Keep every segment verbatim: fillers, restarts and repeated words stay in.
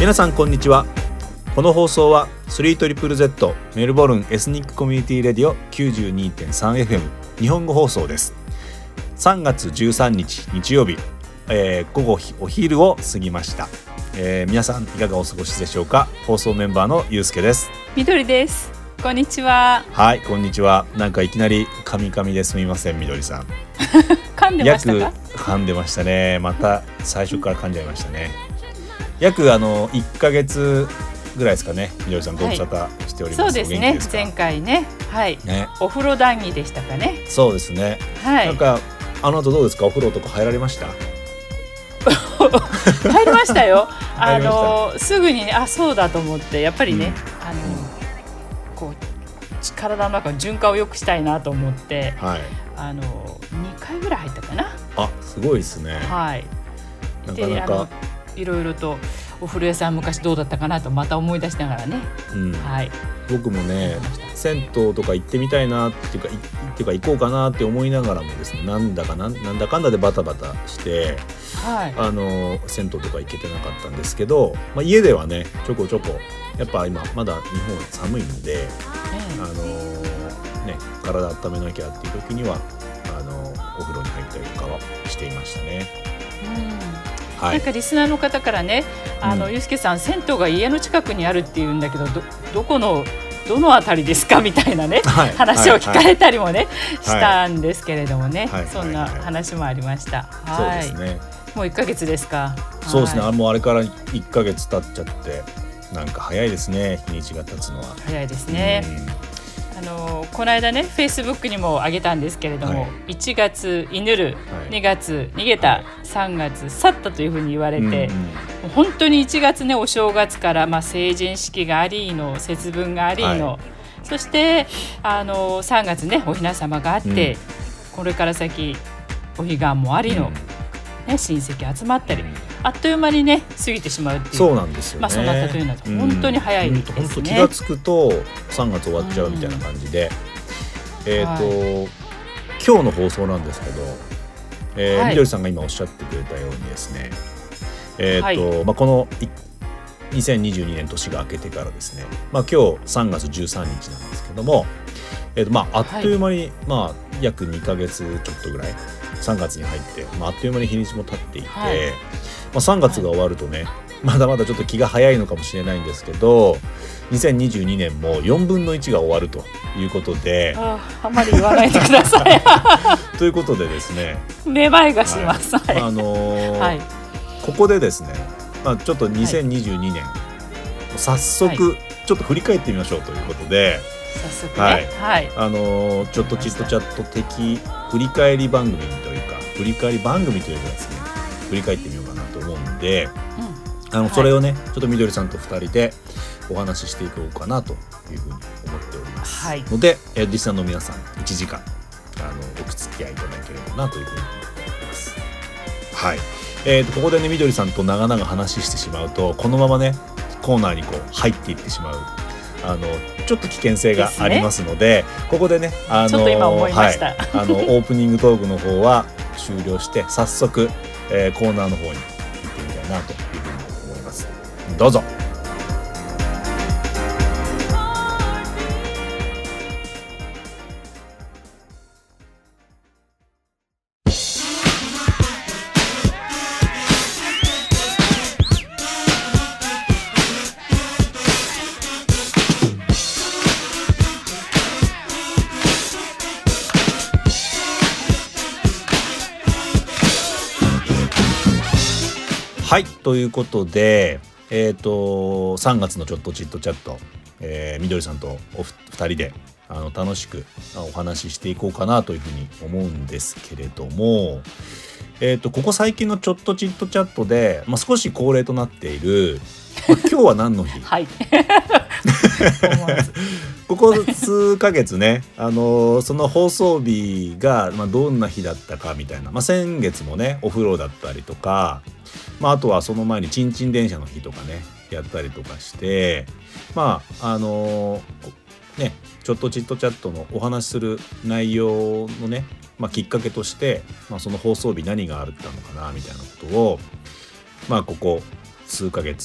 皆さんこんにちは。この放送は スリートリプルゼット メルボルンエスニックコミュニティレディオ きゅうじゅうにてんさんエフエム 日本語放送です。さんがつじゅうさんにち日曜日、えー、午後お昼を過ぎました、えー、皆さんいかがお過ごしでしょうか。放送メンバーのゆうすけです。 みどりです。こんにちは。 はい、こんにちは。なんかいきなりカミカミですみません、みどりさん。 噛んでましたか？ 約噛んでましたね。また最初から噛んじゃいましたね。約あのいっかげつぐらいですかね。みどりさんご無沙汰しております。はい、 そうですね。 お元気ですか？ 前回ね、はい、ね、お風呂談義でしたかね。 そうですね。はい。なんかあの後どうですか？お風呂とか入られました？ 入りましたよ。あのすぐに、ね、あそうだと思ってやっぱりね、うん、あのこう体の中の循環を良くしたいなと思って、はい、あのにかいぐらい入ったかな。 あ、すごいですね。はい。なかなかいろいろとお風呂屋さん昔どうだったかなとまた思い出しながらね、うん、はい、 僕もね銭湯とか行ってみたいなっていうか、っていうか行こうかなって思いながらもですね、なんだかな、なんだかんだでバタバタして、はい、あの銭湯とか行けてなかったんですけど、まあ、家ではねちょこちょこやっぱ今まだ日本寒いんで、あのね、体温めなきゃっていう時にはあのお風呂に入ったりとかはしていましたね。 うん、はい、なんかリスナーの方からね、あの、うん、ゆうすけさん銭湯が家の近くにあるっていうんだけど ど, どこのどのあたりですかみたいなね、はい、話を聞かれたりもね、はい、したんですけれどもね、はい、そんな話もありました。はい、そうですね。もういっかげつですか？ そうですね。もうあれからいっかげつ経っちゃってなんか早いですね。日にちが経つのは早いですね。うん、あのこの間ねフェイスブックにも上げたんですけれども、はい、いちがつ祈る、はい、にがつ逃げた、はい、さんがつ去ったというふうに言われて、うんうん、本当にいちがつねお正月から、まあ、成人式がありの節分がありの、はい、そしてあのさんがつねお雛様があって、うん、これから先お彼岸もありの、うんね、親戚集まったり、うん、あっという間にね過ぎてしまうっていう。 そうなんですよね。 まあ、そうなったというのは本当に早いですね。 うん、本当気がつくとさんがつ終わっちゃうみたいな感じで、うん、えーと、はい、今日の放送なんですけど、えーはい、みどりさんが今おっしゃってくれたようにですね、えーとはいまあ、このにせんにじゅうにねん年が明けてからですね、まあ、今日さんがつじゅうさんにちなんですけども、えーとまあ、あっという間に、はい、まあ、約にかげつちょっとぐらいさんがつに入って、まあ、あっという間に日にちも経っていて、はい、まあ、さんがつが終わるとね、はい、まだまだちょっと気が早いのかもしれないんですけど、にせんにじゅうにねんもよんぶんのいちが終わるということで、 あ, あんまり言わないでくださいということでですね、 芽生えがします、はい、 あのーはい、ここでですね、まあ、ちょっとにせんにじゅうにねん、はい、早速ちょっと振り返ってみましょうということで、 早速ね、はいはい、 あのー、ちょっとチットチャット的振り返り番組というか振り返り番組というかですね、振り返ってみようかなと思うんで、うん、あのそれをね、はい、ちょっとみどりさんとふたりでお話ししていこうかなというふうに思っております、はい、ので、えー、リスナーの皆さんいちじかんあのお付き合いいただければなというふうに思っております。はい、えーと、ここでねみどりさんと長々話してしまうとこのままねコーナーにこう入っていってしまうあのちょっと危険性がありますの で, で、ね、ここでねあのちょっと今思いました、はい、 あのオープニングトークの方は終了して早速、えー、コーナーの方に行ってみたいなというふうに思います。どうぞ。はい、ということで、えーと、さんがつのちょっとチットチャット、えー、みどりさんとおふたりであの楽しくお話ししていこうかなというふうに思うんですけれども、えーと、ここ最近のちょっとチットチャットで、まあ、少し恒例となっている、まあ、今日は何の日はいここ数ヶ月ね、あのー、その放送日が、まあ、どんな日だったかみたいな、まあ、先月もねお風呂だったりとか、まあ、あとはその前にちんちん電車の日とかねやったりとかして、まああのー、ねちょっとチットチャットのお話しする内容のね、まあ、きっかけとして、まあ、その放送日何があったのかなみたいなことを、まあ、ここ数ヶ月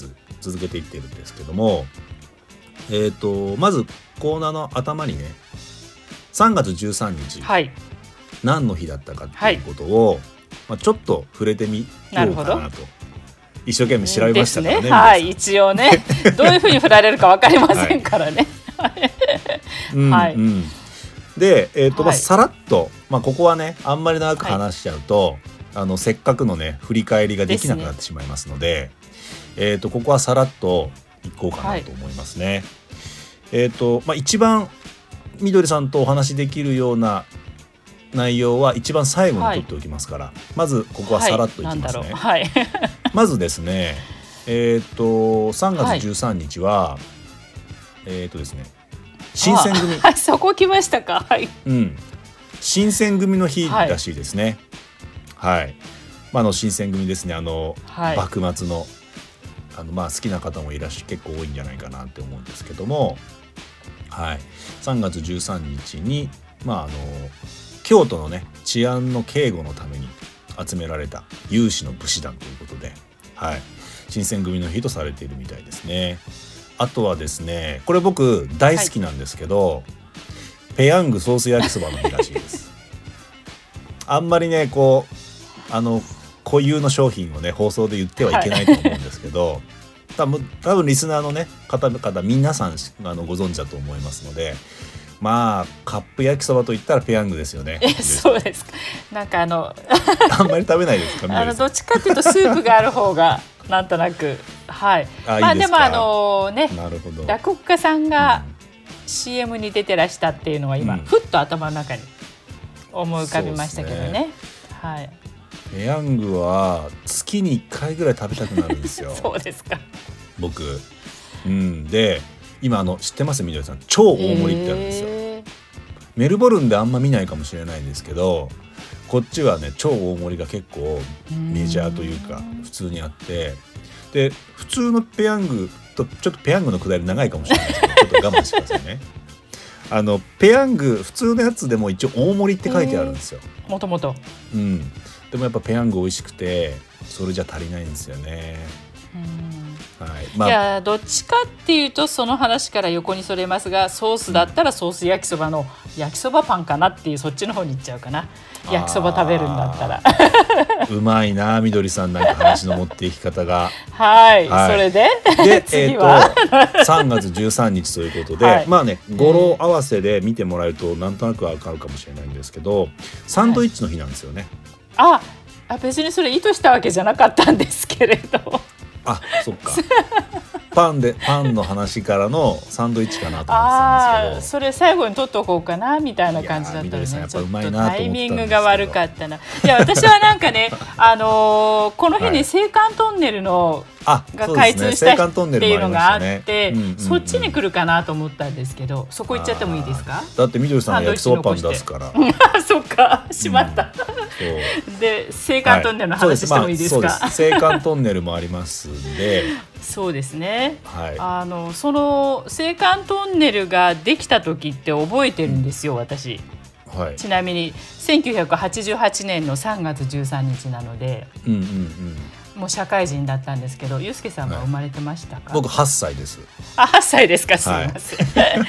続けていってるんですけども、えー、とまずコーナーの頭にねさんがつじゅうさんにち、 はい、 何の日だったかっていうことを、はいまあ、ちょっと触れてみようかなと一生懸命調べましたからね。 ですね、はい、一応ねどういうふうに振られるか分かりませんからね。はい、うんうん、 で、えーとまあ、さらっと、まあ、ここはねあんまり長く話しちゃうと、はい、あのせっかくのね振り返りができなくなってしまいますので、えーとここはさらっといこうかなと思いますね。はい、えーとまあ、一番みどりさんとお話しできるような内容は一番最後に取っておきますから、はい、まずここはさらっといきますね。 はいはい、 まずですね、えー、とさんがつじゅうさんにちは、はい、えーとですね新選組、 はい、そこ来ましたか。はい、 うん、新選組の日らしいですね。はい、はい、まあ、あの新選組ですね。あの、はい、幕末のあの、まあ、好きな方もいらっしゃ結構多いんじゃないかなって思うんですけども、はい、さんがつじゅうさんにちに、まあ、あの京都のね治安の警護のために集められた有志の武士団ということで、はい、新選組の日とされているみたいですね。あとはですねこれ僕大好きなんですけど、はい、ペヤングソース焼きそばの日らしいです。あんまりねこうあの固有の商品をね放送で言ってはいけないと思うんですけど、はい、多分多分リスナーのね方々皆さんあのご存知だと思いますので、まあカップ焼きそばといったらペヤングですよね。 えそうですか。なんかあのあんまり食べないですか。 あのどっちかというとスープがある方がなんとなくはいあまあでもあのね落語家さんが シーエム に出てらしたっていうのは今、うん、ふっと頭の中に思い浮かびましたけど ね, ねはい。 ペヤングは月にいっかいぐらい食べたくなるんですよ。 そうですか。 僕、うん、で今あの知ってますみどりさん超大盛りってあるんですよ。メルボルンであんま見ないかもしれないんですけどこっちはね超大盛りが結構メジャーというか普通にあって、で普通のペヤングとちょっとペヤングのくだり長いかもしれないですけどちょっと我慢してくださいね。あのペヤング普通のやつでも一応大盛りって書いてあるんですよ。 もともと。 うん。でもやっぱペヤング美味しくてそれじゃ足りないんですよね。 うんはいまあ、いやどっちかっていうとその話から横にそれますがソースだったらソース焼きそばの焼きそばパンかなっていうそっちの方に行っちゃうかな。焼きそば食べるんだったらうまいなみどりさんなんか話の持っていき方がはい、はい、それでで次は、えー、とさんがつじゅうさんにちということで、はい、まあね語呂合わせで見てもらえるとなんとなく分かるかもしれないんですけどサンドイッチの日なんですよね。 はい、ああ別にそれ意図したわけじゃなかったんですけれどあそっかパンでパンの話からのサンドイッチかなと思ってたんですけど、 あそれ最後に取っとこうかなみたいな感じだったのね。ちょっとタイミングが悪かったな。いや私はなんかね、あのー、この日に青函トンネルの、はい、が開通したっていうのがあって、ねうんうんうん、そっちに来るかなと思ったんですけど、そこ行っちゃってもいいですか。 だってみどりさんが焼きそばパン出すからそっかしまった、うん、で青函トンネルの話してもいいですか。 はい、そうです、まあ、青函トンネルもありますんでそうですね、 はい、 あのその青函トンネルができた時って覚えてるんですよ、うん、私、はい、ちなみにせんきゅうひゃくはちじゅうはちねんのさんがつじゅうさんにちなので、うんうんうん、もう社会人だったんですけど、ゆうすけさんは生まれてましたか。 はい、僕はっさいです。 あ、はっさいですか、すみません、はい、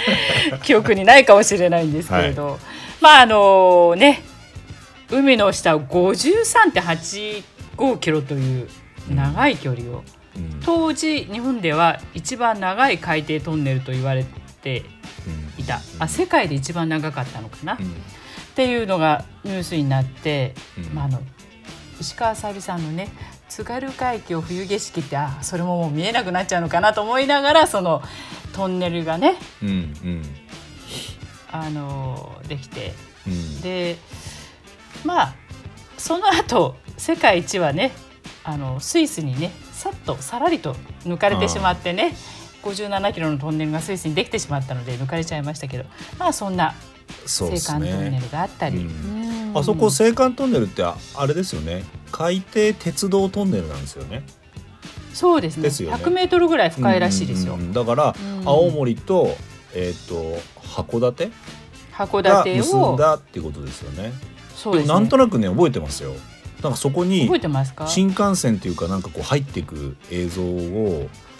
記憶にないかもしれないんですけれど、はい、まああのね海の下を ごじゅうさんてんはちごキロという長い距離を、うん、当時日本では一番長い海底トンネルと言われていた、うん、あ世界で一番長かったのかな、うん、っていうのがニュースになって、うんまあ、あの石川さゆりさんのね津軽海峡冬景色ってあそれももう見えなくなっちゃうのかなと思いながらそのトンネルがね、うんうん、あのできて、うん、でまあその後世界一はねあのスイスにねさっとさらりと抜かれてしまってねごじゅうななキロのトンネルがスイスにできてしまったので抜かれちゃいましたけど、まあそんな青函トンネルがあったり、 うん、あそこ青函トンネルってあれですよね、海底鉄道トンネルなんですよね。 そうです ね, ですよねひゃくメートルぐらい深いらしいですよ、うんうんうん、 だから青森と、えー、と函館函館を結んだっていうことですよね。 そうですね、 でもなんとなくね覚えてますよ。なんかそこに覚えてますか。 新幹線っていうかなんかこう入っていく映像を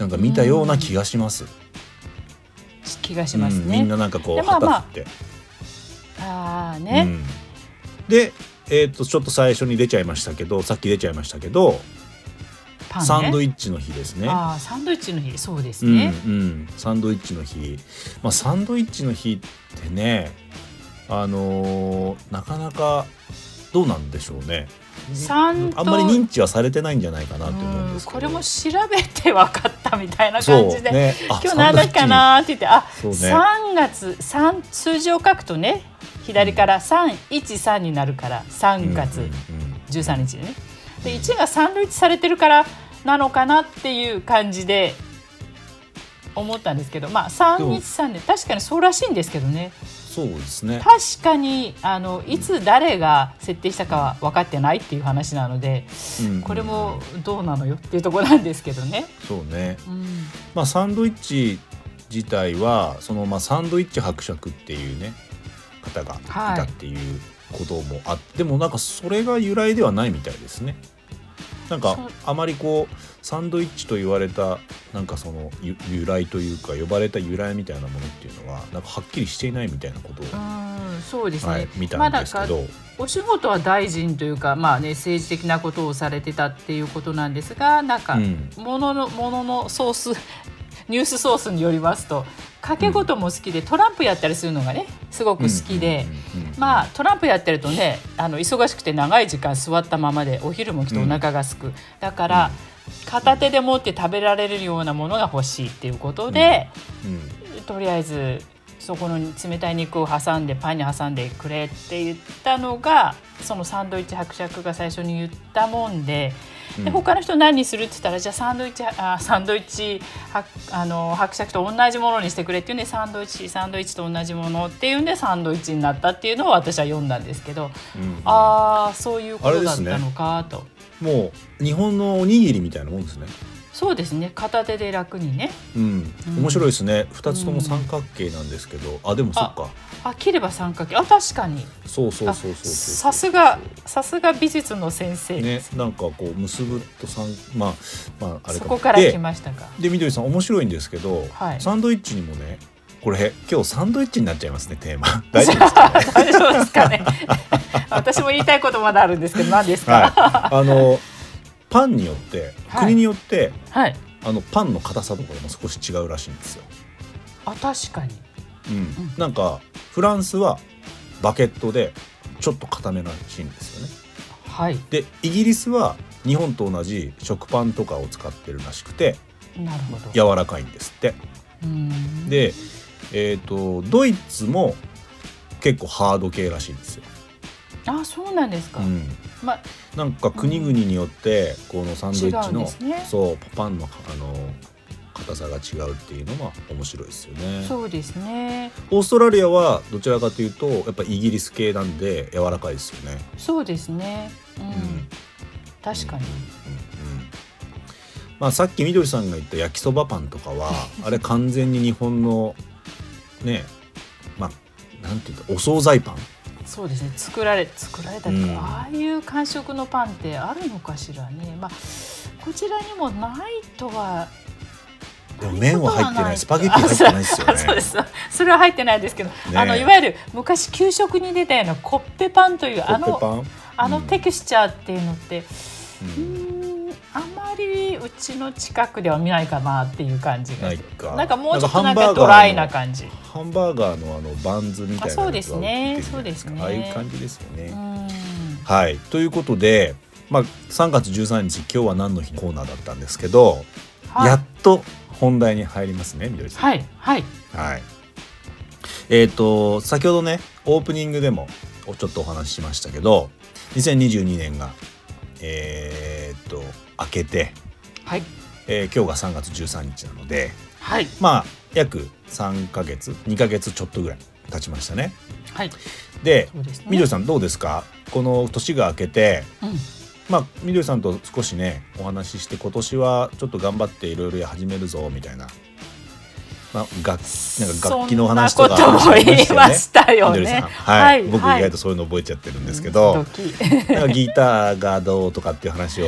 なんか見たような気がします。 気がしますね、 うん、みんななんかこう旗振って、 まあ、あーね、うん、 で、えー、とちょっと最初に出ちゃいましたけどさっき出ちゃいましたけどパン、ね、サンドイッチの日ですね。 あサンドイッチの日そうですね、 うんうん、サンドイッチの日、まあ、サンドイッチの日ってねあのー、なかなかどうなんでしょうね。あんまり認知はされてないんじゃないかなと思うんですけど、 これも調べて分かったみたいな感じで、ね、今日何だっけかなって言ってあ、ね、さんがつさん数字を書くとね左からさんいちさんになるからさんがつじゅうさんにちでね、でいちがサンドイッチされてるからなのかなっていう感じで思ったんですけど、まあさんいちさんで確かにそうらしいんですけどね。 そうですね、 確かにあのいつ誰が設定したかは分かってないっていう話なので、うんうんうん、これもどうなのよっていうところなんですけどね。 そうね、うん、まあサンドイッチ自体はそのまあサンドイッチ伯爵っていうね方がいたっていうこともあって、はい、でもなんかそれが由来ではないみたいですね。なんかあまりこうサンドイッチと言われたなんかその由来というか呼ばれた由来みたいなものっていうのはなんかはっきりしていないみたいなことをうんそうですね、 はい、見たんですけど、まあ、お仕事は大臣というか、まあね、政治的なことをされてたっていうことなんですがなんか、うん、もののもののソースニュースソースによりますと掛け事も好きで、うん、トランプやったりするのがねすごく好きで、まあトランプやってるとねあの忙しくて長い時間座ったままでお昼も来てお腹がすく、うん、だから、うん、片手で持って食べられるようなものが欲しいっていうことで、うんうん、とりあえずそこの冷たい肉を挟んでパンに挟んでくれって言ったのがそのサンドイッチ伯爵が最初に言ったもんで、で他の人何にするって言ったらじゃあサンドイッチあサンドイッチあの伯爵と同じものにしてくれっていうんでサンドイッチサンドイッチと同じものっていうんでサンドイッチになったっていうのを私は読んだんですけど、うん、ああそういうことだったのかと、 ね、もう日本のおにぎりみたいなもんですね。 そうですね片手で楽にね、 うん、面白いですね、うん、ふたつとも三角形なんですけど、うん、あでもそっかああ切れば三角形あ確かにそうそうそうそうさすがさすが美術の先生ねなんかこう結ぶと三まあまああれかそこから来ましたか。 でみどりさん面白いんですけど、はい、サンドイッチにもねこれ今日サンドイッチになっちゃいますねテーマ大丈夫ですかね大丈夫ですかね私も言いたいことまだあるんですけど何ですか、 はい、あのパンによって、はい、国によって、 はい、 あのパンの硬さとかでも少し違うらしいんですよ。 あ確かに、 うんうん、なんかフランスはバケットでちょっと硬めらしいんですよね。 はい、 でイギリスは日本と同じ食パンとかを使ってるらしくてなるほど柔らかいんですって。 うんで、えーと、ドイツも結構ハード系らしいんですよ。 あそうなんですか、うんま、なんか国々によってこのサンドイッチの、ね、そうパンのあの硬さが違うっていうのは面白いですよね。 そうですね。 オーストラリアはどちらかというとやっぱイギリス系なんで柔らかいですよね。 そうですね、うんうん、確かに、 うんうんうんまあ、さっきみどりさんが言った焼きそばパンとかはあれ完全に日本のねまあなんていうかお惣菜パンそうですね作られ作られたとか、うん、ああいう感触のパンってあるのかしらね。まあこちらにもないとはでも麺は入ってないスパゲッティ入ってないですよねそうですそれは入ってないですけど、ね、あのいわゆる昔給食に出たようなコッペパンというあの、あのテクスチャーっていうのって、うん、うんあまりうちの近くでは見ないかなっていう感じがないかなんかもうちょっとなんかドライな感じハンバーガーのあのバンズみたいなやつはそうですねそうですねああいう感じですよね。はいということで、まあ、さんがつじゅうさんにち今日は何の日コーナーだったんですけど、はい、やっと本題に入りますねみどりさん。 はいはいはいえーと先ほどねオープニングでもちょっとお話ししましたけどにせんにじゅうにねんがえーと明けて、 はいえー、今日がさんがつじゅうさんにちなので、 はい、 まあ約さんかげつにかげつちょっとぐらい経ちましたね。 はい、 で、みどりさんどうですかこの年が明けて、 うん、 まあみどりさんと少しねお話しして今年はちょっと頑張っていろいろ始めるぞみたいな、まあ、楽, なんか楽器の話とかそんなことも言いましたよね。 はい、僕意外とそういうの覚えちゃってるんですけど、うん、なんかギターがどうとかっていう話を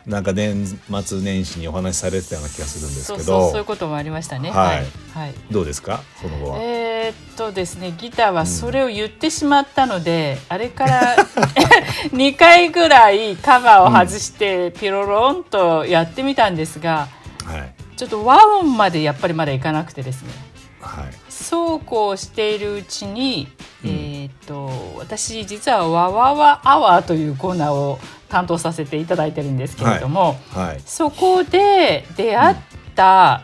なんか年末年始にお話しされてたような気がするんですけど、 そうそうそういうこともありましたね。 はい、 はいはい、 どうですかその後は。 えー、っとですねギターはそれを言ってしまったので、うん、あれからにかいぐらいカバーを外してピロロンとやってみたんですが、うん、はい、ちょっと和音までやっぱりまだいかなくてですね、はい、そうこうしているうちに、うん、えー、っと私実はわわわアワーというコーナーを担当させていただいてるんですけれども、はいはい、そこで出会った、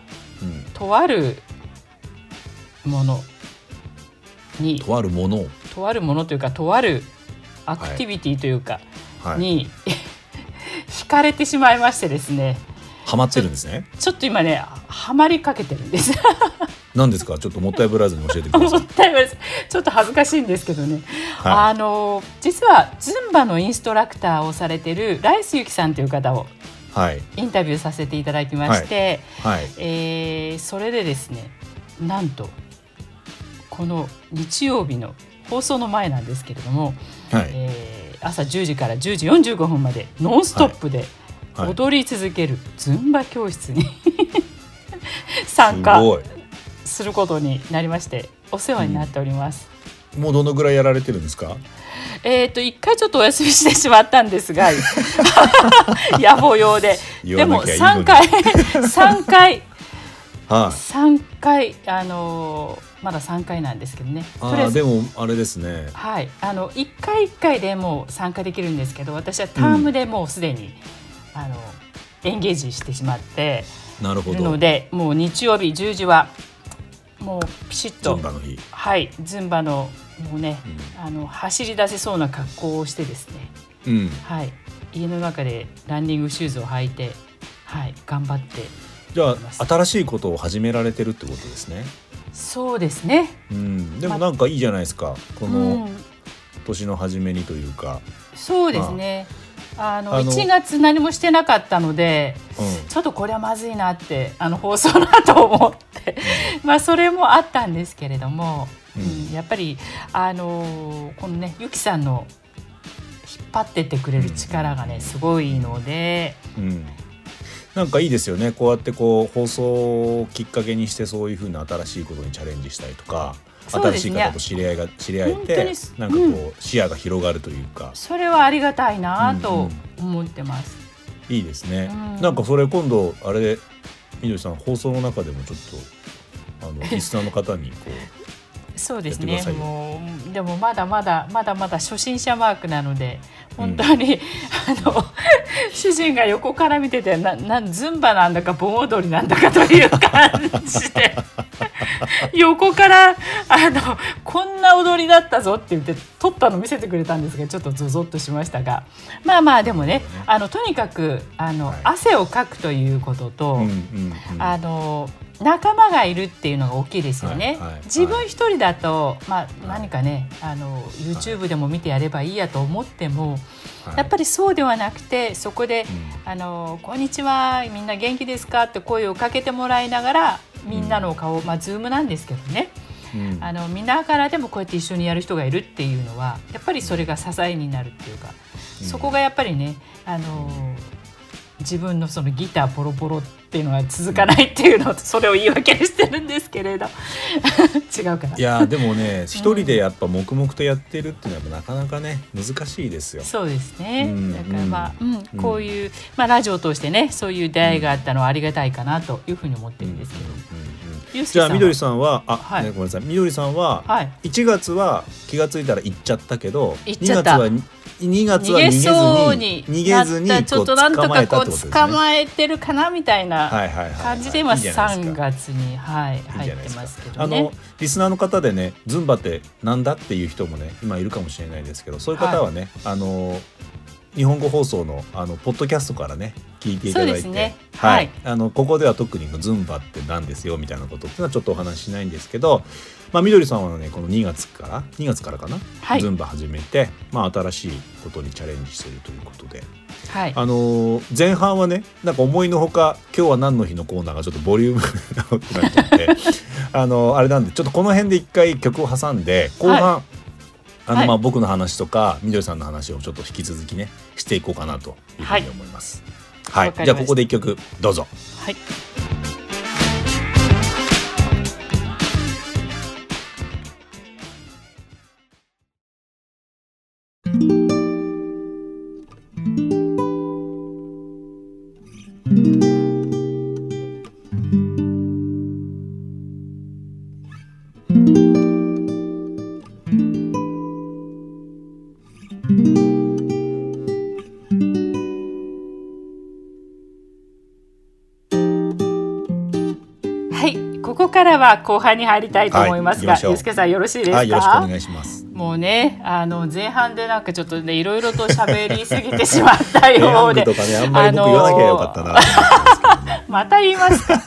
うん、とあるものにとあるものとあるものというかとあるアクティビティというか、はい、に惹かれてしまいましてですね。 ハマってるんですね。 ちょっと今ねハマりかけてるんです何ですかちょっともったいぶらずに教えてください。 もったいぶらずちょっと恥ずかしいんですけどね、はい、あの実はズンバのインストラクターをされているライスユキさんという方をインタビューさせていただきまして、はいはい、えー、それでですねなんとこの日曜日の放送の前なんですけれども、はい、えー、朝じゅうじからじゅうじよんじゅうごふんまでノンストップで踊り続けるズンバ教室に参加することになりましてお世話になっております、 うん、もうどのぐらいやられてるんですか。 えーといっかいちょっとお休みしてしまったんですが野暮用ででもさんかいさんかい、はあ、さんかいあのーまださんかいなんですけどね。 あでもあれですね、 はい、あのいっかいいっかいでもう参加できるんですけど私はタームでもうすでに、うん、あのエンゲージしてしまっているのでもう日曜日じゅうじはもうピシッとズンバの日、 はい、ズンバのもうね、うん、あの走り出せそうな格好をしてですね、うん、はい、家の中でランニングシューズを履いて、はい、頑張って。 じゃあ新しいことを始められてるってことですね。 そうですね、 うん、でもなんかいいじゃないですか、この年の初めにというか、 うん、そうですね、まあ、あのあのいちがつ何もしてなかったので、うん、ちょっとこれはまずいなってあの放送の後思って、うん、まあそれもあったんですけれども、うんうん、やっぱりあのこのねゆきさんの引っ張ってってくれる力がねすごいので、うん、 なんかいいですよね。こうやってこう放送をきっかけにしてそういう風な新しいことにチャレンジしたりとか、ね、新しい方と知り合いが知り合えてなんかこう、うん、視野が広がるというか、 それはありがたいなと思ってます、 うんうん、いいですね、うん、なんかそれ今度あれみどりさん放送の中でもちょっとあのリスナーの方にこうそうですね、もうでもまだまだまだまだ初心者マークなので本当に、うん、あの主人が横から見ててななズンバなんだか盆踊りなんだかという感じで横からあのこんな踊りだったぞって言って撮ったの見せてくれたんですがちょっとゾゾッとしましたが、まあまあでもね、あのとにかくあの、はい、汗をかくということと、うんうんうん、あの仲間がいるっていうのが大きいですよね、はいはい、自分一人だと、まあ、何かね、はい、あの YouTube でも見てやればいいやと思っても、はい、やっぱりそうではなくてそこで、うん、あのこんにちはみんな元気ですかって声をかけてもらいながらみんなの顔、うん、まあ Zoom なんですけどね、うん、あの見ながらでもこうやって一緒にやる人がいるっていうのはやっぱりそれが支えになるっていうか、うん、そこがやっぱりねあの自分のそのギターポロポロっていうのは続かないっていうのとそれを言い訳にしてるんですけれど違うかな。 いやでもね一人でやっぱ黙々とやってるっていうのはなかなかね難しいですよ。 そうですね、うん、だからまあ、うんうん、こういう、まあ、ラジオを通してねそういう出会いがあったのはありがたいかなというふうに思ってるんですけど、うんうんうん、 じゃあみどりさんはあ、はいね、ごめんなさいみどりさんは、はい、いちがつは気がついたら行っちゃったけど行っちゃったにがつは逃げずに逃げずにちょっとなんとかこう捕まえてるかなみたいな感じで今さんがつに入ってますけどね。 あのリスナーの方でねズンバってなんだっていう人もね今いるかもしれないですけどそういう方はね、はい、あの日本語放送 の, あのポッドキャストからね聞いていただいて、そうですね、はいはい、あのここでは特にズンバってなんですよみたいなことっていうのはちょっとお話ししないんですけど、まあ、みどりさんはねこのにがつからにがつからかな、はい、ズンバ始めて、まあ、新しいことにチャレンジしているということで、はい、あのー、前半はねなんか思いのほか今日は何の日のコーナーがちょっとボリュームがなっちゃってあのー、あれなんでちょっとこの辺で一回曲を挟んで後半、はいあのまあ僕の話とかみどりさんの話をちょっと引き続きねしていこうかなというふうに思います。 はい、じゃあここで一曲どうぞ。 はい。ここからは後半に入りたいと思いますが、ゆうすけさんよろしいですか？ はい、よろしくお願いします。 もうね、あの前半でなんかちょっとねいろいろと喋りすぎてしまったようで、 とかね、あんまり僕言わなきゃよかったなと思ったんですけどね。 また言いますか？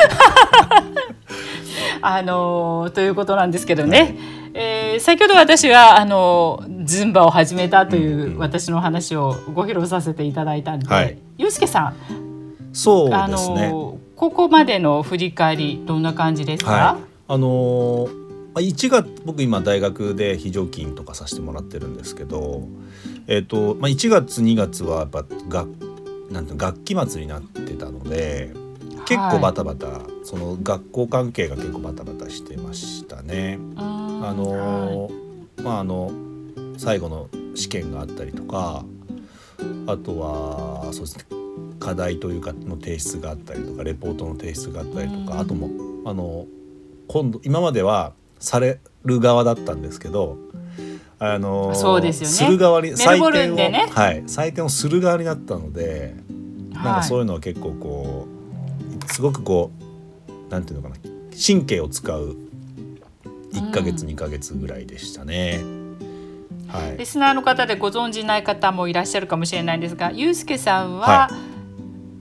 あのということなんですけどね、はい、えー、先ほど私はあのズンバを始めたという私の話をご披露させていただいたんで、はい、ゆうすけさん、 そうですね、あのここまでの振り返りどんな感じですか？ はい、あのー、いちがつ僕今大学で非常勤とかさせてもらってるんですけど、えーとまあ、いちがつにがつはやっぱ学なんて学期末になってたので結構バタバタ、はい、その学校関係が結構バタバタしてましたね。あのーはい、まああの最後の試験があったりとか、あとはそうですね、課題というかの提出があったりとかレポートの提出があったりとか、あともあの今度今まではされる側だったんですけど、あのそうですよね、 する側に採点を、 ね、 はい、採点をする側になったので、なんかそういうのは結構こうすごくこうなんていうのかな、神経を使ういっかげつ、うん、にかげつぐらいでしたね。はい、 リスナーの方でご存じない方もいらっしゃるかもしれないんですが、ゆうすけさんは、はい、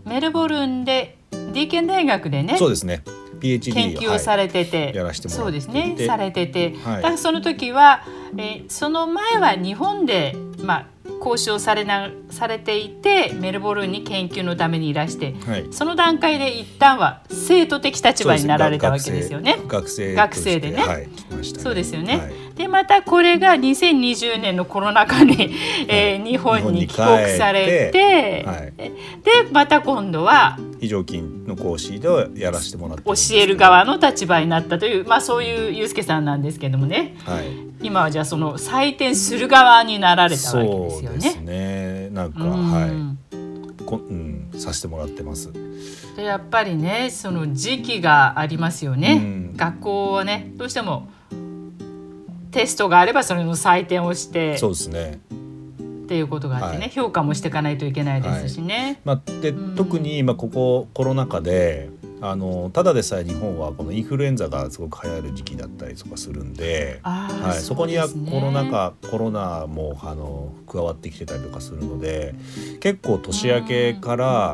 メルボルンでディーケン大学でね、 そうですね、ピーエイチディー研究をされてて、 はい、やらせてもらってて、 そうですね、されてて、 はい、 だからその時は、えー、その前は日本で、まあ、講師をされなされていてメルボルンに研究のためにいらして、はい、その段階で一旦は生徒的立場になられたわけですよね。 学生学生でね、 はい、来ましたね。そうですよね、はい、 でまたこれがにせんにじゅうねんのコロナ禍に、はい、えー、日本に帰国されて、はい、でまた今度は非常勤の講師でやらせてもらって教える側の立場になったという、まあ、そういうゆうすけさんなんですけどもね、 はい、 今はじゃあその採点する側になられたわけですよね。 そうですね、なんか、うん、はいこ、うん、させてもらってます。 でやっぱりね、その時期がありますよね、うん、学校はねどうしてもテストがあればそれの採点をして、 そうですねっていうことがあってね、はい、評価もしていかないといけないですしね、 はい、まあ、で、うん、特に今ここコロナ禍であのただでさえ日本はこのインフルエンザがすごく流行る時期だったりとかするんで、はい、そこにはコロナ禍コロナもあの加わってきてたりとかするので、結構年明けから、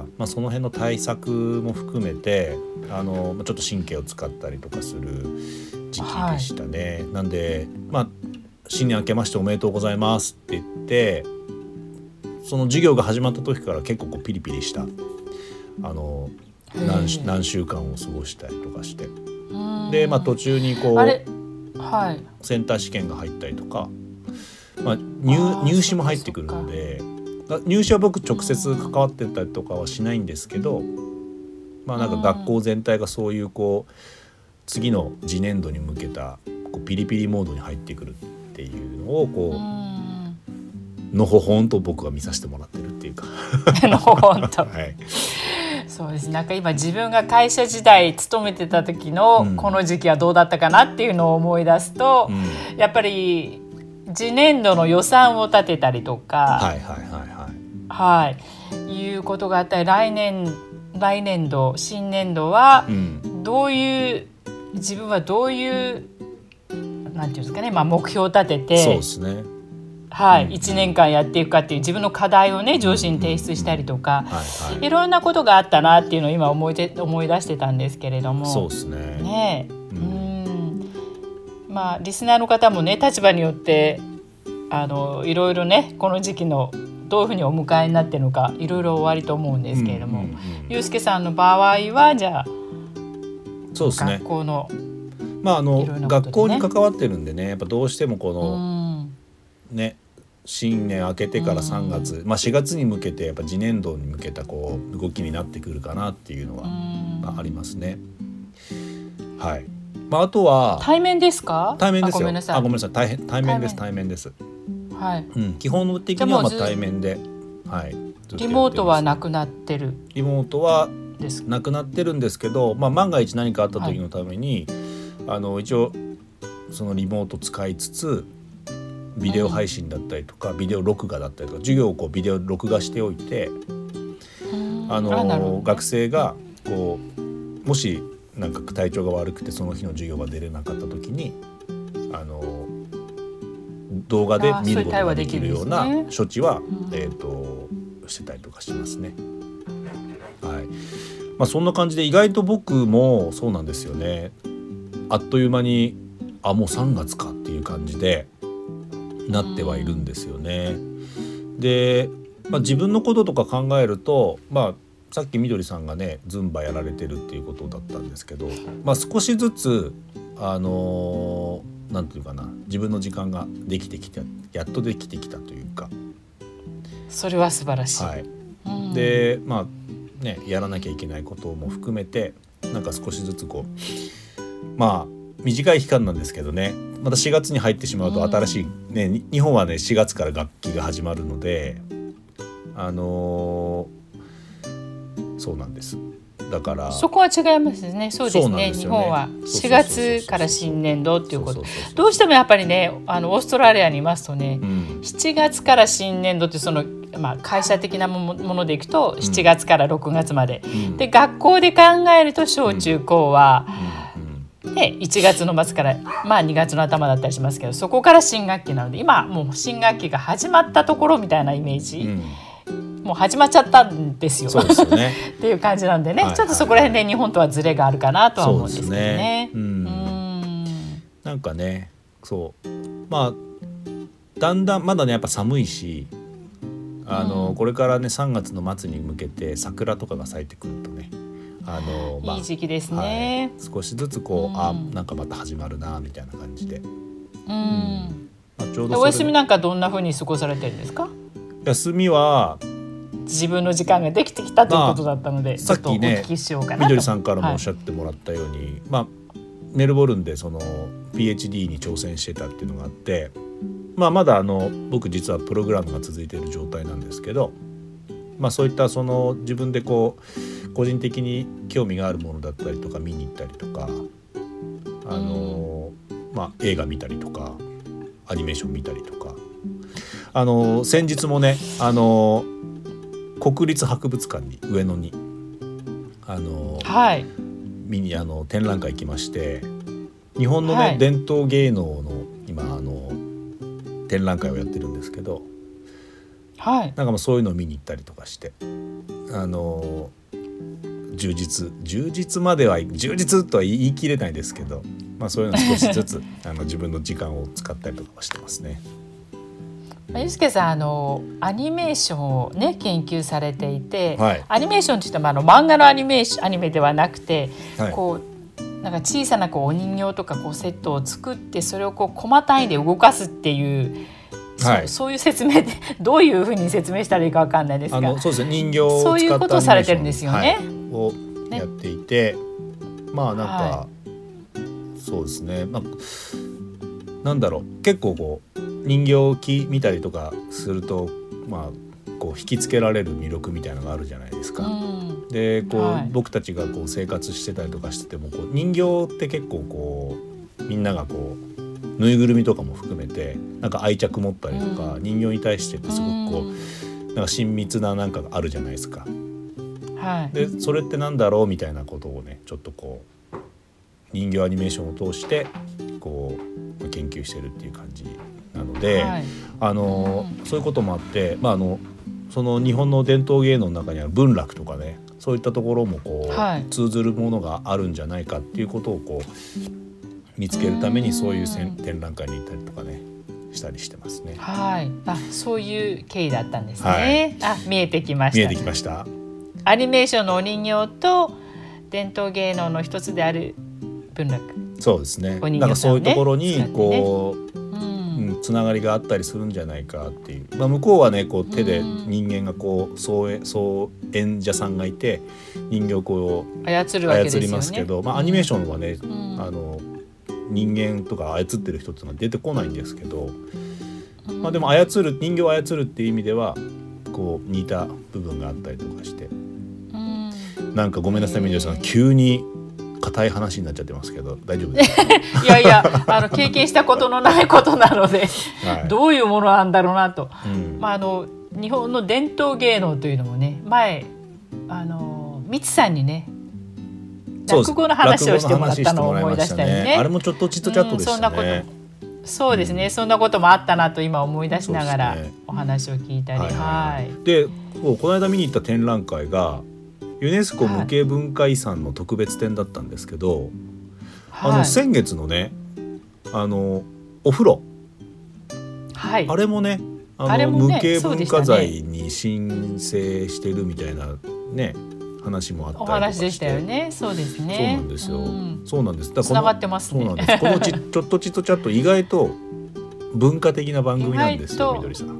まあ、その辺の対策も含めてあのちょっと神経を使ったりとかする時期でしたね、はい、なんで、まあ、新年明けましておめでとうございますって言ってその授業が始まった時から結構こうピリピリしたあの何, 何週間を過ごしたりとかして、で、まあ、途中にこう、はい、センター試験が入ったりとか、まあ、入, 入試も入ってくるので、入試は僕直接関わってたりとかはしないんですけど、まあ、なんか学校全体がそういうこう次の次年度に向けたこうピリピリモードに入ってくるっていうのをこうのほほんと僕は見させてもらってるっていうかのほほんと、 はい、 そうです。なんか今自分が会社時代勤めてた時のこの時期はどうだったかなっていうのを思い出すと、うん、やっぱり次年度の予算を立てたりとか、 はいはいはいはい、 はい、いうことがあったり、来年来年度新年度はどういう、うん、自分はどういうなんていうんですかね、まあ、目標を立てて、 そうですね、 はい、うん、いちねんかんやっていくかっていう自分の課題をね上司に提出したりとか、うんうん、はいはい、いろんなことがあったなっていうのを今思いで思い出してたんですけれども、 そうですね、 ね、うん、うん、まあリスナーの方もね立場によってあのいろいろねこの時期のどういうふうにお迎えになってるのかいろいろおありと思うんですけれども、うんうんうん、ゆうすけさんの場合はじゃあそうですね、 学校のまああの、ね、学校に関わってるんでね、やっぱどうしてもこの、 うん、 ね、 新年明けてからさんがつ、まあ、しがつに向けてやっぱ次年度に向けたこう動きになってくるかなっていうのは、まあ、ありますね。はい。まあ、あとは対面ですか？ 対面ですよ。 あ、ごめんなさい。 あ、ごめんなさい。対対面です。対面です。 はい。 うん、基本的にはまあ対面で、はい。 リモートはなくなってる。 リモートはなくなってるんですけど、まあ、万が一何かあった時のために、はい、あの一応そのリモート使いつつビデオ配信だったりとか、うん、ビデオ録画だったりとか授業をこうビデオ録画しておいて、あの学生がこうもしなんか体調が悪くてその日の授業が出れなかった時にあの動画で見ることができるような処置は、えーと、してたりとかしますね。はい。まあ、そんな感じで意外と僕もそうなんですよね。あっという間にあもうさんがつかっていう感じでなってはいるんですよね。で、まあ、自分のこととか考えると、まあ、さっきみどりさんがねズンバやられてるっていうことだったんですけど、まあ、少しずつあのー、なんていうかな自分の時間ができてきたやっとできてきたというか、 それは素晴らしい。 はい。でまあねやらなきゃいけないことも含めてなんか少しずつこうまあ短い期間なんですけどね、またしがつに入ってしまうと新しい、ね、日本はねしがつから学期が始まるのであのー、そうなんです。だからそこは違いますね。そうですね。日本はしがつから新年度っていうこと。どうしてもやっぱりねあのオーストラリアにいますとね、うん、しちがつから新年度ってその、まあ、会社的なものでいくとしちがつからろくがつまで、うん、で学校で考えると小中高は、うん、でいちがつの末から、まあ、にがつの頭だったりしますけど、そこから新学期なので今もう新学期が始まったところみたいなイメージ、うん、もう始まっちゃったんですよ。 そうですよねっていう感じなんでね、はいはいはい、ちょっとそこら辺で日本とはズレがあるかなとは思うんですけどね。 そうですね、うん、うんなんかねそうまあだんだんまだねやっぱ寒いしあの、うん、これからねさんがつの末に向けて桜とかが咲いてくるとねあの、まあ、 いい時期ですね、 はい、少しずつこう、うん、あなんかまた始まるなみたいな感じで、 うんうんまあ、ちょうどお休みなんかどんな風に過ごされてるんですか？ 休みは自分の時間ができてきたということだったので、まあ、 さっきねみどりさんからもおっしゃってもらったように、はいまあ、メルボルンでその ピーエイチディー に挑戦してたっていうのがあって、まあ、まだあの僕実はプログラムが続いている状態なんですけど、まあ、そういったその自分でこう個人的に興味があるものだったりとか見に行ったりとかあの、まあ、映画見たりとかアニメーション見たりとかあの先日もねあの国立博物館に上野にあの、はい、見にあの展覧会行きまして日本のね、はい、伝統芸能の今あの展覧会をやってるんですけど、はい、なんかもうそういうのを見に行ったりとかしてあの充実充実までは充実とは言い切れないですけど、まあ、そういうの少しずつあの自分の時間を使ったりとかしてますね。 ゆうすけさんあのアニメーションを、ね、研究されていて、はい、アニメーションといってもあの漫画のアニメーションアニメではなくて、はい、こうなんか小さなこうお人形とかこうセットを作ってそれをこうコマ単位で動かすっていうはい、そ, そういう説明でどういうふうに説明したらいいか分かんないですがあのそうですね人形を使ったそういうことをされてるんですよね、 はい、をやっていて、ね、まあなんか、はい、そうですね、まあ、なんだろう結構こう人形を見たりとかすると、まあ、こう引きつけられる魅力みたいなのがあるじゃないですか、うん、でこう、はい、僕たちがこう生活してたりとかしててもこう人形って結構こうみんながこうぬいぐるみとかも含めてなんか愛着持ったりとか、うん、人形に対してってすごくこう、うん、なんか親密ななんかがあるじゃないですか、はい、でそれってなんだろうみたいなことをねちょっとこう人形アニメーションを通してこう研究してるっていう感じなので、はい、あのうん、そういうこともあって、まあ、あのその日本の伝統芸能の中にある文楽とかねそういったところもこう、はい、通ずるものがあるんじゃないかっていうことをこう見つけるためにそういう展覧会に行ったりとかねしたりしてますね。 はい、あ、そういう経緯だったんですね。はい、あ、見えてきました。 見えてきました。 アニメーションのお人形と伝統芸能の一つである文楽。 そうですね。なんかそういうところにこう、ね、ううん、つながりがあったりするんじゃないかっていう、まあ、向こうはねこう手で人間がこう操演、操演者さんがいて人形をこう操るわけですよね。 操りますけど、まあ、アニメーションはね、 うん、 あの人間とか操ってる人っていうのは出てこないんですけど、うん、まあ、でも操る人形を操るっていう意味ではこう似た部分があったりとかして、うん、なんかごめんなさい、みどりさん急に硬い話になっちゃってますけど大丈夫ですか？ いやいや、あの経験したことのないことなので、はい、どういうものなんだろうなと、うん、まあ、あの日本の伝統芸能というのもね、前あのみつさんにね落語の話をしてもらったのを思い出したよね。 あれもちょっとチットチャットでしたね、うん、そんなこと、 そうですね、うん、そんなこともあったなと今思い出しながらお話を聞いたり、はいはいはい、 でこの間見に行った展覧会がユネスコ無形文化遺産の特別展だったんですけど、はい、あの先月のねあのお風呂、はい、あれもねあの無形文化財に申請してるみたいなね話もあったりとかして、お話でしたよね。 そうですね。 そうなんですよ。うん、そうなんです。だからつながってますね。 そうなんです。このち, ちょっとチットチャット意外と文化的な番組なんですよ、みどりさん。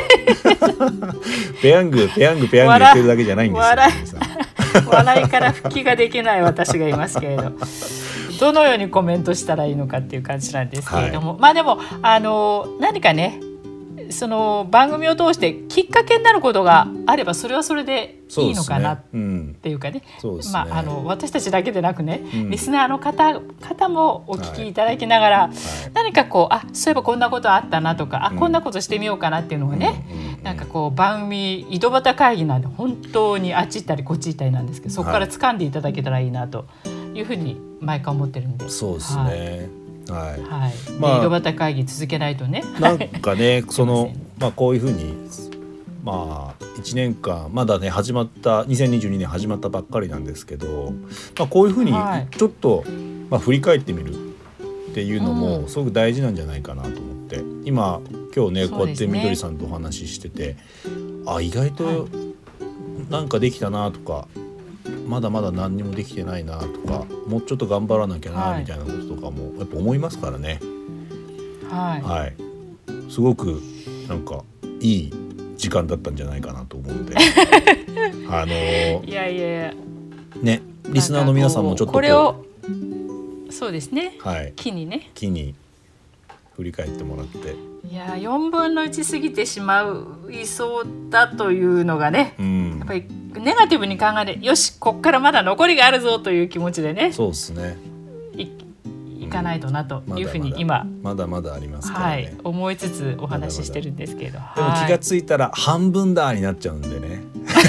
ペヤングペヤングペヤング言ってるだけじゃないんですよ。 笑, 笑いから復帰ができない私がいますけれど。どのようにコメントしたらいいのかっていう感じなんですけれども、はい、まあでもあの何かね、その番組を通してきっかけになることがあればそれはそれでいいのかなっていうかね、まあ、あの私たちだけでなくね、うん、リスナーの方、方もお聞きいただきながら、はいはい、何かこうあそういえばこんなことあったなとか、うん、あこんなことしてみようかなっていうのがね、うん、なんかこう番組井戸端会議なんで本当にあっち行ったりこっち行ったりなんですけど、そこから掴んでいただけたらいいなというふうに毎回思ってるんで、 そうですね、はいはいはい、 まあ、井戸端会議続けないとね、 なんかねその、まあ、こういうふうに、まあ、いちねんかんまだね始まったにせんにじゅうにねん始まったばっかりなんですけど、まあ、こういうふうにちょっと、まあ、振り返ってみるっていうのもすごく大事なんじゃないかなと思って、うん、今今日ねこうやってみどりさんとお話ししてて、あ意外となんかできたなとか、まだまだ何にもできてないなとか、もうちょっと頑張らなきゃなみたいなこととかもやっぱ思いますからね。はい、はい、すごくなんかいい時間だったんじゃないかなと思うんであのー、いやいやいやね、リスナーの皆さんもちょっとこうこれをそうですね、はい、機にね機に振り返ってもらって、 いやよんぶんのいち過ぎてしまいそうだというのがね、うん、やっぱりネガティブに考えて、よしこっからまだ残りがあるぞという気持ちでね、 そうですね、 いいかないとなというふうに今まだまだありますからね、はい、 思いつつお話ししてるんですけど、 まだまだでも気がついたら半分だになっちゃうんでね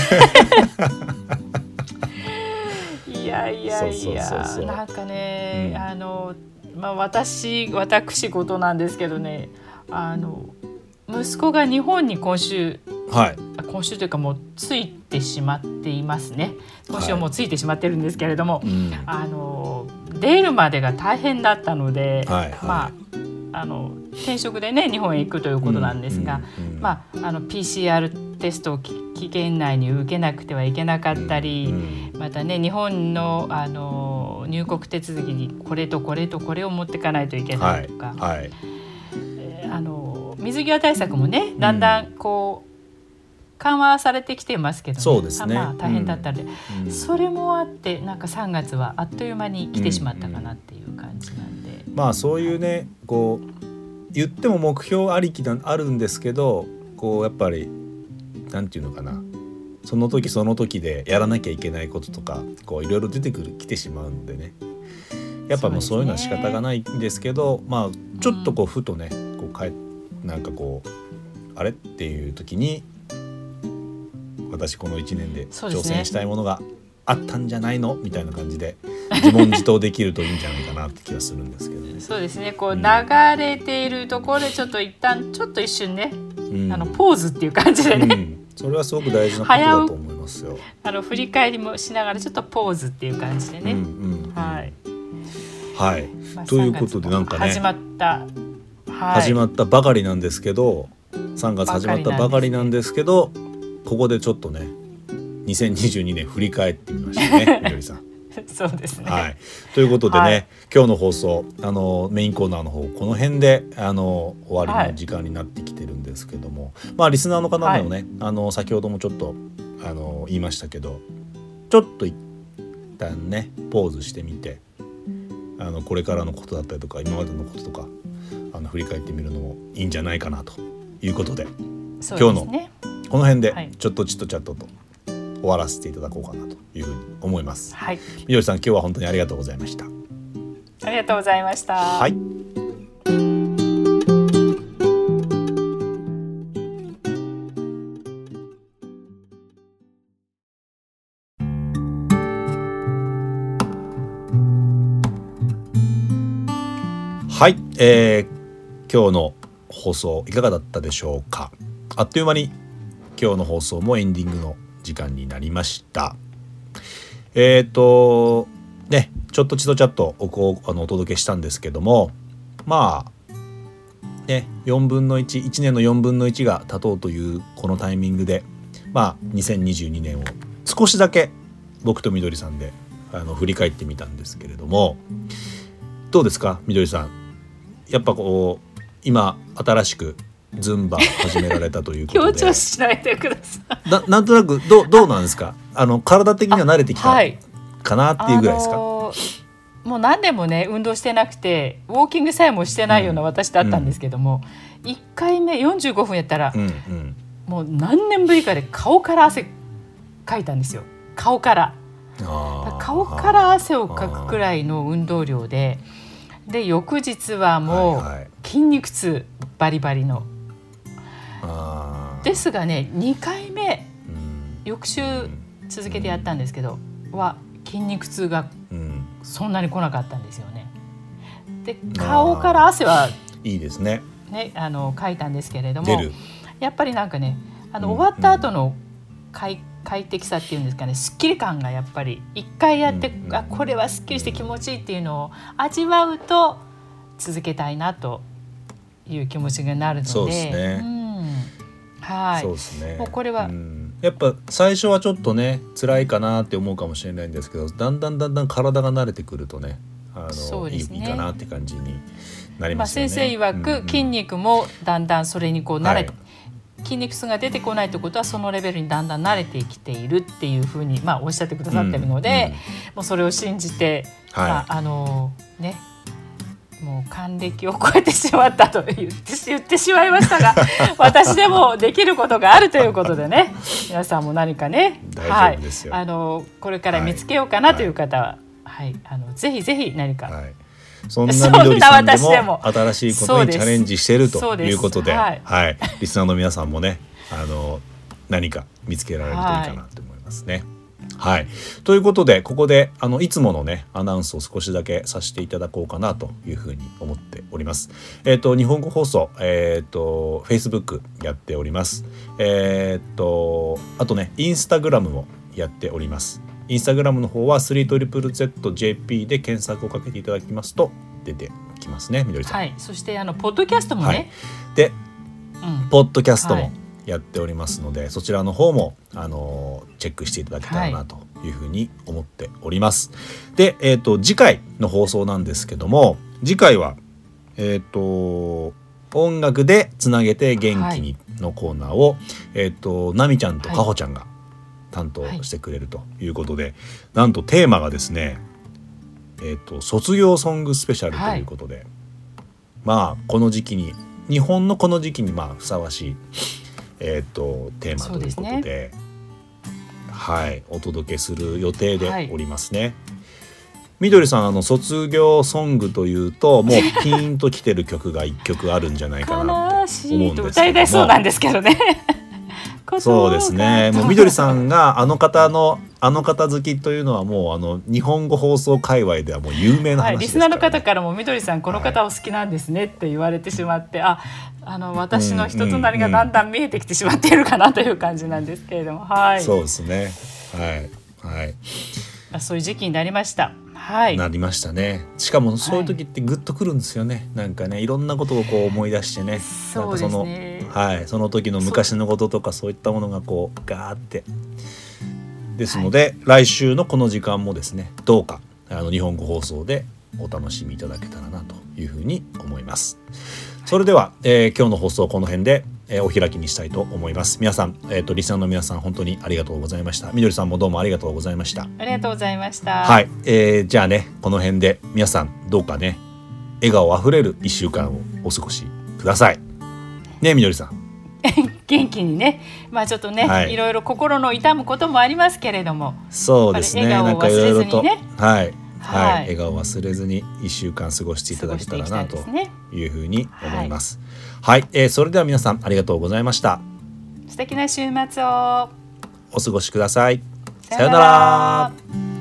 いやいやいや、そうそうそうそう、なんかね、うん、あのまあ私私事なんですけどね、あの息子が日本に今週、はい、今週というかもうついてしまっていますね。今週はもうついてしまってるんですけれども、はい、あの出るまでが大変だったので、はいはい、まあ、あの転職でね日本へ行くということなんですが、うんうんうん、まあ、あの ピーシーアール テストを期限内に受けなくてはいけなかったり、うんうん、またね日本の、あの入国手続きにこれとこれとこれを持っていかないといけないとか、はいはい、えー、あの水際対策もねだんだんこう、うん、緩和されてきてますけど、ね、 そうですね、 まあ、大変だったので、うん、それもあってなんかさんがつはあっという間に来てしまったかなっていう感じなんで、うんうん、 まあそういうねこう言っても目標ありきなあるんですけど、こうやっぱりなんていうのかな、その時その時でやらなきゃいけないこととかこういろいろ出てくる来てしまうんでね、やっぱもうそういうのは仕方がないんですけど、ね、まあちょっとこうふとね、うん、こうかえなんかこうあれっていう時に私このいちねんで挑戦したいものがあったんじゃないのみたいな感じで自問自答できるといいんじゃないかなって気がするんですけど、ね、 そうですね、こう流れているところでちょっと一旦ちょっと一瞬ね、うん、あのポーズっていう感じでね、うん、 それはすごく大事なことだと思いますよ。 あの振り返りもしながらちょっとポーズっていう感じでね、うんうんうん、はい、 はい、まあ、ということでなんかね始まった、 はい、始まったばかりなんですけどさんがつ始まったばかりなんですけど、ここでちょっとねにせんにじゅうにねん振り返ってみましたねみどりさんそうですね、 はい、ということでね、はい、今日の放送あのメインコーナーの方この辺であの終わりの時間になってきてるんですけども、はい、まあリスナーの方でもね、はい、あの先ほどもちょっとあの言いましたけどちょっと一旦ねポーズしてみてあのこれからのことだったりとか今までのこととかあの振り返ってみるのもいいんじゃないかなということで、そうですね、今日のこの辺でちょっとチッとチャットと終わらせていただこうかなというふうに思います。はい、みどりさん今日は本当にありがとうございました。 ありがとうございました。 はい。はい、えー、今日の放送いかがだったでしょうか。あっという間に今日の放送もエンディングの時間になりました。えっとねちょっとちとチャットをこうあのお届けしたんですけども、まあねよんぶんのいち、いちねんのよんぶんのいちが経とうというこのタイミングで、まあにせんにじゅうにねんを少しだけ僕とみどりさんであの振り返ってみたんですけれども、どうですかみどりさん。やっぱこう今新しくズンバ始められたということで強調しないでください。 な, なんとなく ど, どうなんですか。あの体的には慣れてきたかなっていうぐらいですか。あのー、もう何年もね運動してなくてウォーキングさえもしてないような私だったんですけども、うん、いっかいめよんじゅうごふんやったら、うんうん、もう何年ぶりかで顔から汗かいたんですよ。顔からあ顔から汗をかくくらいの運動量でで翌日はもう筋肉痛バリバリの、はいはい、ですがねにかいめ、うん、翌週続けてやったんですけど、うん、は筋肉痛がそんなに来なかったんですよね。で顔から汗はいいですね、 ね、あのかいたんですけれどもやっぱりなんかねあの、うん、終わった後の快快適さっていうんですかね、すっきり感がやっぱり一回やって、うんうん、あこれはすっきりして気持ちいいっていうのを味わうと続けたいなという気持ちがなるので、 そうですね、 うん、はい、そうですね、もうこれは、うん、 やっぱ最初はちょっとね辛いかなって思うかもしれないんですけど、だんだんだんだん体が慣れてくるとね、あのそうですね、いいかなって感じになりますよね。 まあ、先生曰く、うんうん、筋肉もだんだんそれにこう慣れて、はい、筋肉痛が出てこないということはそのレベルにだんだん慣れてきているっていうふうに、まあ、おっしゃってくださってるので、うんうん、もうそれを信じて、はい、まああのね、もう還暦を超えてしまったと言って、言ってしまいましたが私でもできることがあるということでね皆さんも何かね、 大丈夫ですよ、 はい、あのこれから見つけようかなという方は、はいはい、あのぜひぜひ何か、はい、 そんなみどりさんでも新しいことにチャレンジしているということで、はいはい、リスナーの皆さんもねあの何か見つけられるといいかなと思いますね。はい、ということでここであのいつものねアナウンスを少しだけさせていただこうかなというふうに思っております。えっと日本語放送、えっと Facebook やっております。えっとあとねインスタグラムもやっております。インスタグラムの方は スリートリプルゼットジェーピー で検索をかけていただきますと出てきますね、みどりさん。 はい、そしてあのポッドキャストもね、はい、 で、うん、ポッドキャストもやっておりますので、はい、そちらの方もあのチェックしていただけたらなというふうに思っております。はい、で、えーと、次回の放送なんですけども、次回はえっ、ー、と音楽でつなげて元気にのコーナーを、はい、えっ、ー、となみちゃんとかほちゃんが担当してくれるということで、はい、なんとテーマがですね、えーと、卒業ソングスペシャルということで、はい、まあこの時期に日本のこの時期にまあふさわしい、えーと、テーマということで、で、ね、はい、お届けする予定でおりますね。はい、みどりさん、あの卒業ソングというともうピーンときてる曲がいっきょくあるんじゃないかなって思うんですけども、 歌いたいそうなんですけどねそうですね、もうみどりさんがあの方のあの方好きというのはもうあの日本語放送界隈ではもう有名な話ですから、ね、はい、 リスナーの方からもみどりさんこの方お好きなんですねって言われてしまって、はい、ああの私の人となりがだんだん見えてきてしまっているかなという感じなんですけれども、はい、 そうですね、はいはい、 そういう時期になりました。はい、 なりましたね。しかもそういう時ってグッとくるんですよね、はい、なんかねいろんなことをこう思い出してね、 そうですね、 なんかその、はい、その時の昔のこととかそういったものがこうガーってですので、はい、来週のこの時間もですねどうかあの日本語放送でお楽しみいただけたらなというふうに思います。それでは、えー、今日の放送この辺で、えー、お開きにしたいと思います。皆さん、えーと、リスナーの皆さん本当にありがとうございました。みどりさんもどうもありがとうございました。 ありがとうございました。 はい、えー、じゃあねこの辺で皆さんどうかね笑顔あふれるいっしゅうかんをお過ごしくださいね。みどりさん元気にね、まあちょっとね、はい、いろいろ心の痛むこともありますけれども、 そうですね、笑顔を忘れずにね、はい、はいはい、笑顔を忘れずにいっしゅうかん過ごしていただけたらなというふうに思います。はい、はい、えー、それでは皆さんありがとうございました。 素敵な週末をお過ごしください。さようなら。